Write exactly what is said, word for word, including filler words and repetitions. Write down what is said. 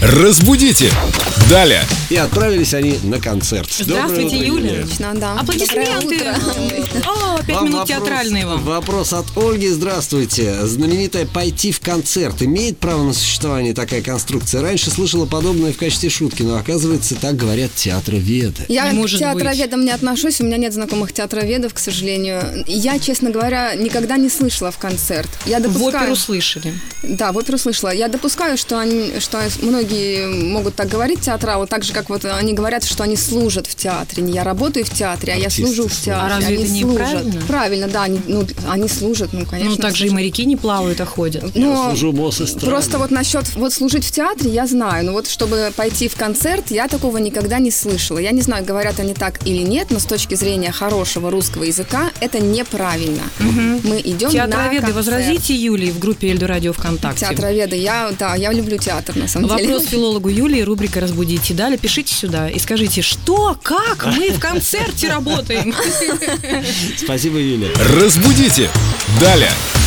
Разбудите! Далее! И отправились они на концерт. Здравствуйте, Юля. Точно, да. Аплодисменты. О, пять Вам минут вопрос, театральные вам. Вопрос от Ольги. Здравствуйте. Знаменитая «Пойти в концерт» имеет право на существование такая конструкция? Раньше слышала подобное в качестве шутки, но оказывается, так говорят театроведы. Я Не к может театроведам не отношусь, у меня нет знакомых театроведов, к сожалению. Я, честно говоря, никогда не слышала в концерт. Я В допускаю... оперу слышали. Да, в оперу слышала. Я допускаю, что, они, что многие могут так говорить, театралы, так же, как вот они говорят, что они служат в театре. Не я работаю в театре, а я Артисты служу в служат. театре. А разве они это не служат. правильно? Правильно, да, они, ну, они служат, ну, конечно. Ну, так же и служат. моряки не плавают, а ходят. Но Служу босс эстрады. просто вот насчет вот служить в театре я знаю, но вот чтобы пойти в концерт, я такого никогда не слышала. Я не знаю, говорят они так или нет, но с точки зрения хорошего русского языка это неправильно. Мы идем на Театроведы, концерт. возразите Юлии в группе Эльдо Радио ВКонтакте. Театроведы, я, да, я люблю театр, на самом деле. Вопрос филологу Юлии, рубрика «Разбудите». Далее пишите сюда и скажите, что, как мы в концерте работаем. Спасибо, Юля. Разбудите! Далее!